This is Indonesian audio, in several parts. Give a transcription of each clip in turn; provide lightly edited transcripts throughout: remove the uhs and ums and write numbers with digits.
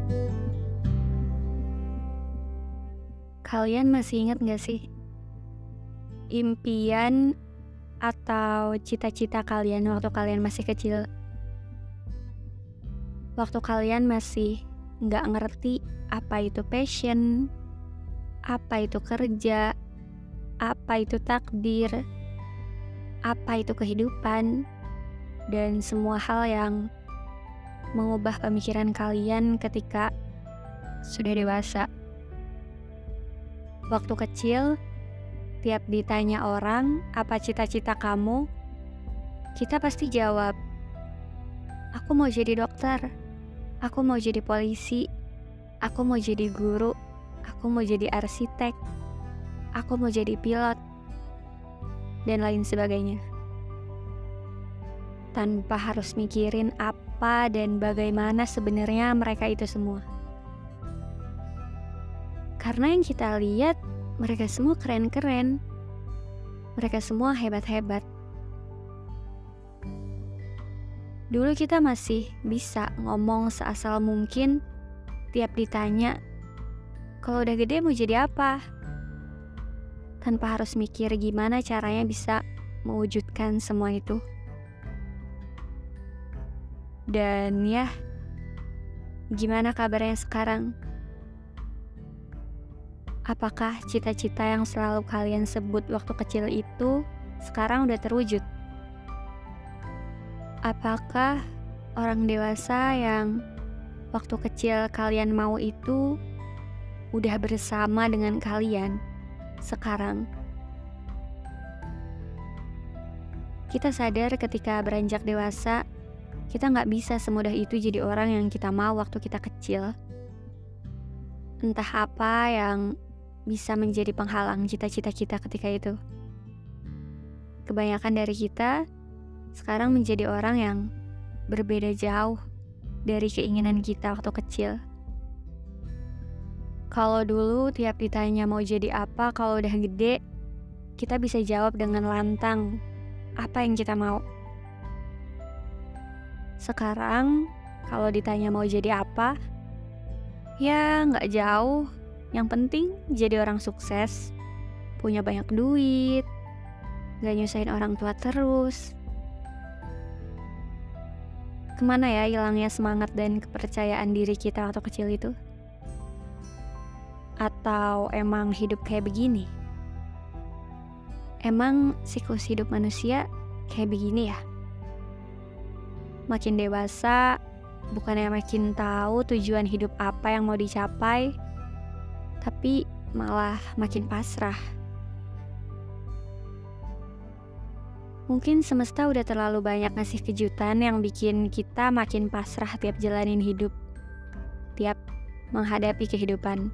Kalian masih ingat gak sih impian atau cita-cita kalian waktu kalian masih kecil? Waktu kalian masih nggak ngerti apa itu passion, apa itu kerja, apa itu takdir, apa itu kehidupan, dan semua hal yang mengubah pemikiran kalian ketika sudah dewasa. Waktu kecil, tiap ditanya orang, apa cita-cita kamu? Kita pasti jawab, aku mau jadi dokter, aku mau jadi polisi, aku mau jadi guru, aku mau jadi arsitek, aku mau jadi pilot, dan lain sebagainya. Tanpa harus mikirin apa dan bagaimana sebenarnya mereka itu semua. Karena yang kita lihat, mereka semua keren-keren. Mereka semua hebat-hebat. Dulu kita masih bisa ngomong seasal mungkin tiap ditanya, kalau udah gede mau jadi apa? Tanpa harus mikir gimana caranya bisa mewujudkan semua itu. Dan ya, gimana kabarnya sekarang? Apakah cita-cita yang selalu kalian sebut waktu kecil itu sekarang udah terwujud? Apakah orang dewasa yang waktu kecil kalian mau itu udah bersama dengan kalian sekarang? Kita sadar ketika beranjak dewasa, kita nggak bisa semudah itu jadi orang yang kita mau waktu kita kecil. Entah apa yang bisa menjadi penghalang cita-cita kita ketika itu. Kebanyakan dari kita sekarang menjadi orang yang berbeda jauh dari keinginan kita waktu kecil. Kalau dulu tiap ditanya mau jadi apa kalau udah gede, kita bisa jawab dengan lantang apa yang kita mau. Sekarang kalau ditanya mau jadi apa, ya nggak jauh. Yang penting jadi orang sukses, punya banyak duit, gak nyusahin orang tua terus. Kemana ya hilangnya semangat dan kepercayaan diri kita waktu kecil itu? Atau emang hidup kayak begini? Emang siklus hidup manusia kayak begini ya? Makin dewasa, bukannya makin tahu tujuan hidup apa yang mau dicapai, tapi malah makin pasrah. Mungkin semesta udah terlalu banyak ngasih kejutan yang bikin kita makin pasrah tiap jalanin hidup, tiap menghadapi kehidupan.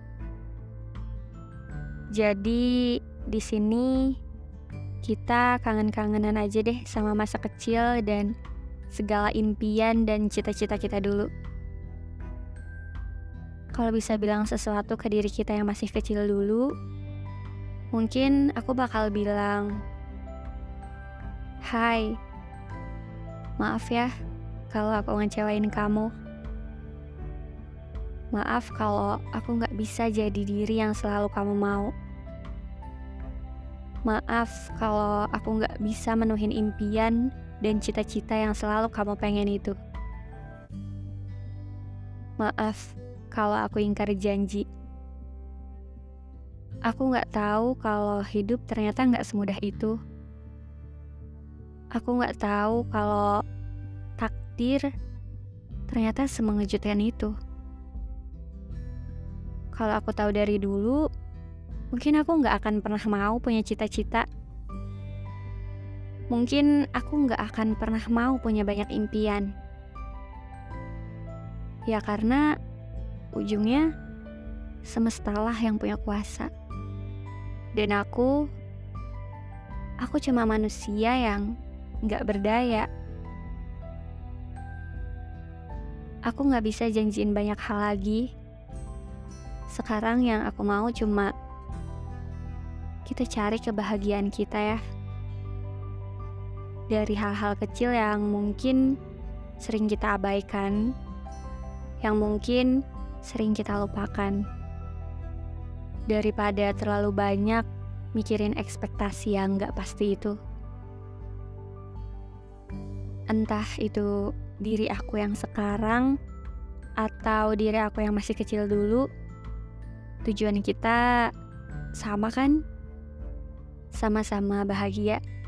Jadi di sini kita kangen-kangenan aja deh sama masa kecil dan segala impian dan cita-cita kita dulu. Kalau bisa bilang sesuatu ke diri kita yang masih kecil dulu, mungkin aku bakal bilang, hai, maaf ya kalau aku ngecewain kamu. Maaf kalau aku gak bisa jadi diri yang selalu kamu mau. Maaf kalau aku gak bisa menuhin impian dan cita-cita yang selalu kamu pengen itu. Maaf kalau aku ingkar janji. Aku gak tahu kalau hidup ternyata gak semudah itu. Aku gak tahu kalau takdir ternyata semengejutkan itu. Kalau aku tahu dari dulu, mungkin aku gak akan pernah mau punya cita-cita. Mungkin aku gak akan pernah mau punya banyak impian. Ya karena ujungnya semestalah yang punya kuasa. Dan aku cuma manusia yang gak berdaya. Aku gak bisa janjiin banyak hal lagi. Sekarang yang aku mau cuma kita cari kebahagiaan kita ya. Dari hal-hal kecil yang mungkin sering kita abaikan, yang mungkin sering kita lupakan. Daripada terlalu banyak mikirin ekspektasi yang gak pasti itu. Entah itu diri aku yang sekarang atau diri aku yang masih kecil dulu, tujuan kita sama kan? Sama-sama bahagia.